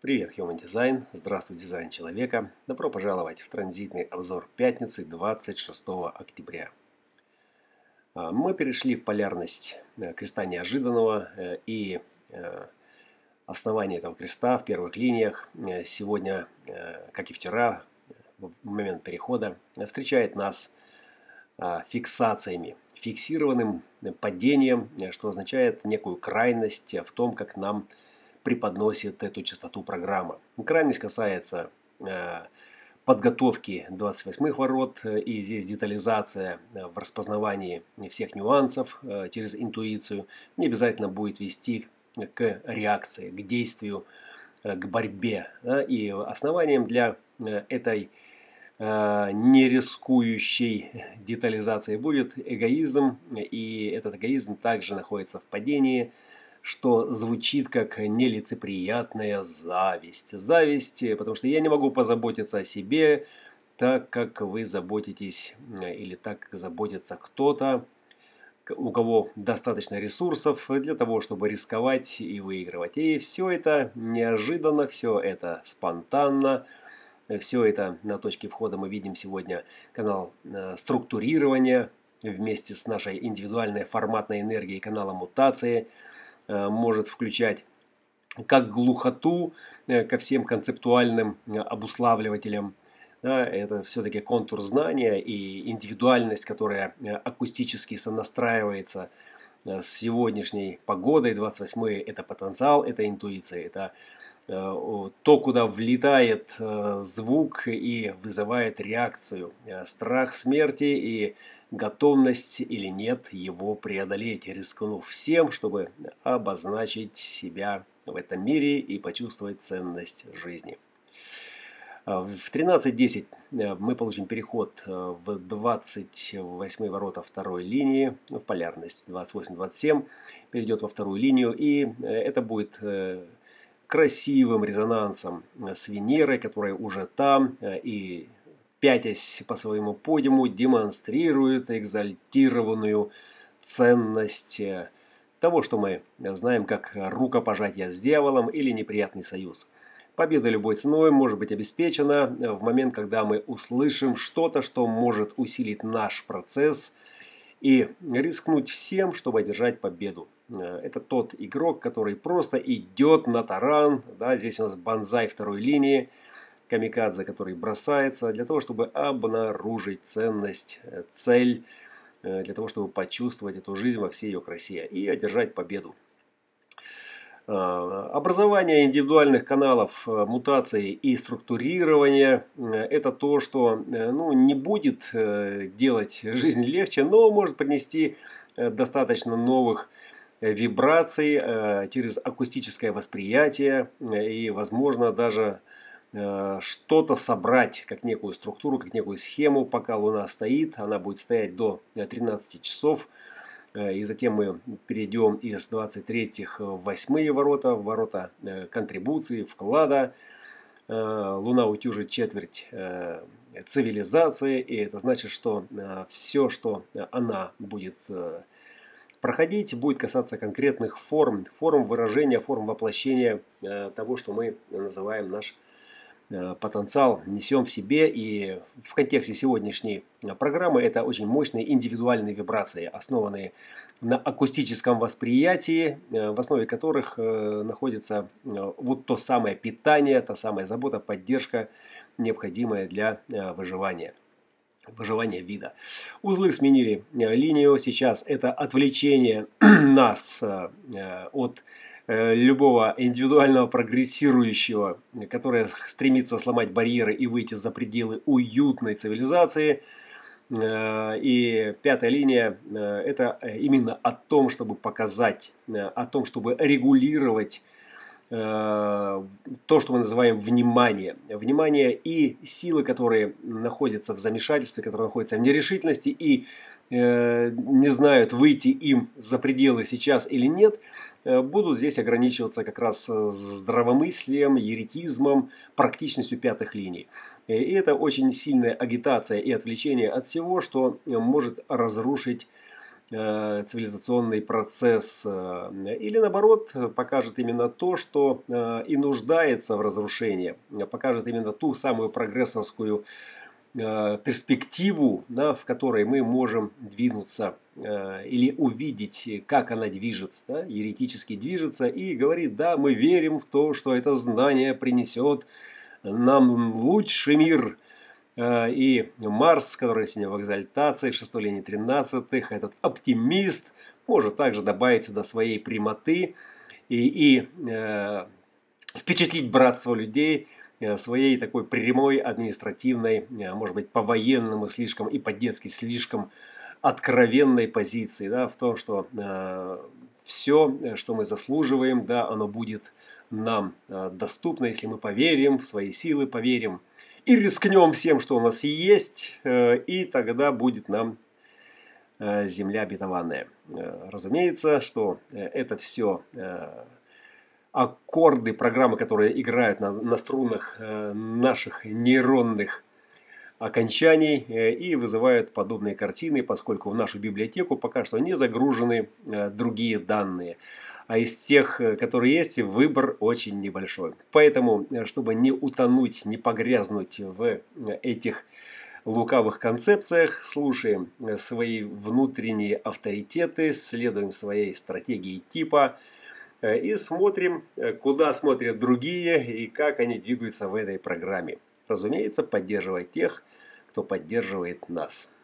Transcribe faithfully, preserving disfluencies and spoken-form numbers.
Привет, Human Design. Здравствуй, дизайн человека. Добро пожаловать в транзитный обзор пятницы двадцать шестого октября. А, Мы перешли в полярность э, креста неожиданного э, и э, основание этого креста в первых линиях э, сегодня, э, как и вчера, в момент перехода, э, встречает нас а, фиксациями, фиксированным э, падением, э, что означает некую крайность э, в том, как нам преподносит эту частоту программа. Крайность касается э, подготовки двадцать восьмых ворот, э, и здесь детализация э, в распознавании всех нюансов э, через интуицию не обязательно будет вести к реакции, к действию, э, к борьбе. Да? И основанием для э, этой э, не рискующей детализации будет эгоизм, и этот эгоизм также находится в падении, что звучит как нелицеприятная зависть. Зависть, э, потому что я не могу позаботиться о себе так, как вы заботитесь, э, или так, как заботится кто-то, к- у кого достаточно ресурсов для того, чтобы рисковать и выигрывать. И все это неожиданно, все это спонтанно, все это на точке входа мы видим сегодня канал э, структурирования вместе с нашей индивидуальной форматной энергией канала мутации э, может включать как глухоту э, ко всем концептуальным э, обуславливателям. Да, это все-таки контур знания и индивидуальность, которая э, акустически сонастраивается э, с сегодняшней погодой. двадцать восьмое это потенциал, это интуиция, это э, о, то, куда влетает э, звук и вызывает реакцию. Э, страх смерти и готовность или нет его преодолеть, рискнув всем, чтобы обозначить себя в этом мире и почувствовать ценность жизни. А, В тринадцать десять э, мы получим переход э, в двадцать восьмые ворота второй линии, в полярность двадцать восемь двадцать семь, перейдет во вторую линию, и э, это будет э, красивым резонансом э, с Венерой, которая уже там, э, и пятясь по своему подиуму демонстрирует экзальтированную ценность э, того, что мы знаем как рукопожатие с дьяволом или неприятный союз. Победа любой ценой может быть обеспечена в момент, когда мы услышим что-то, что может усилить наш процесс и рискнуть всем, чтобы одержать победу. Э, Это тот игрок, который просто идет на таран. Да, здесь у нас бонзай второй линии, камикадзе, который бросается для того, чтобы обнаружить ценность, э, цель, э, для того, чтобы почувствовать эту жизнь во всей ее красе и одержать победу. А, Образование индивидуальных каналов э, мутации и структурирование э, это то, что э, ну, не будет э, делать жизнь легче, но может принести э, достаточно новых э, вибраций э, через акустическое восприятие э, и, возможно, даже э, что-то собрать, как некую структуру, как некую схему, пока Луна стоит. Она будет стоять до э, тринадцати часов. Э, И затем мы перейдем из двадцать третьих в восьмые ворота, в ворота э, контрибуции, вклада. Э, Луна утюжит четверть э, цивилизации, и это значит, что все, что она будет э, проходить, будет касаться конкретных форм, форм выражения, форм воплощения э, того, что мы называем наш э, потенциал, несем в себе. И в контексте сегодняшней э, программы это очень мощные индивидуальные вибрации, основанные на акустическом восприятии, э, в основе которых э, находится э, вот то самое питание, та самая забота, поддержка, необходимая для э, выживания. Выживания вида. Узлы сменили э, линию. Сейчас это отвлечение нас э, э, от э, любого индивидуального прогрессирующего, которое стремится сломать барьеры и выйти за пределы уютной цивилизации. Э, И пятая линия э, это именно о том, чтобы показать, э, о том, чтобы регулировать э, то, что мы называем внимание. Внимание и силы, которые находятся в замешательстве, которые находятся в нерешительности и э, не знают, выйти им за пределы сейчас или нет, э, будут здесь ограничиваться как раз э, здравомыслием, еретизмом, практичностью пятых линий. Э, И это очень сильная агитация и отвлечение от всего, что э, может разрушить э, цивилизационный процесс, э, или наоборот покажет именно то, что э, и нуждается в разрушении, покажет именно ту самую прогрессорскую э, перспективу, да, в которой мы можем двинуться э, или увидеть, как она движется, да, еретически движется, и говорит: да, мы верим в то, что это знание принесет нам лучший мир. Э, И Марс, который сегодня в экзальтации, в шестой линии тринадцатых, этот оптимист, может также добавить сюда своей прямоты и, и э, впечатлить братство людей э, своей такой прямой административной, э, может быть, по-военному слишком и по-детски слишком откровенной позиции, да, в том, что э, все, что мы заслуживаем, да, оно будет нам э, доступно, если мы поверим в свои силы, поверим и рискнем всем, что у нас есть, э, и тогда будет нам э, земля обетованная. Э, разумеется, что э, это все э, аккорды, программы, которые играют на, на струнах э, наших нейронных окончаний э, и вызывают подобные картины, поскольку в нашу библиотеку пока что не загружены э, другие данные. А из тех, э, которые есть, выбор очень небольшой. Поэтому, э, чтобы не утонуть, не погрязнуть в э, этих лукавых концепциях, слушаем э, свои внутренние авторитеты, следуем своей стратегии типа э, и смотрим, э, куда смотрят другие и как они двигаются в этой программе. Разумеется, поддерживая тех, кто поддерживает нас.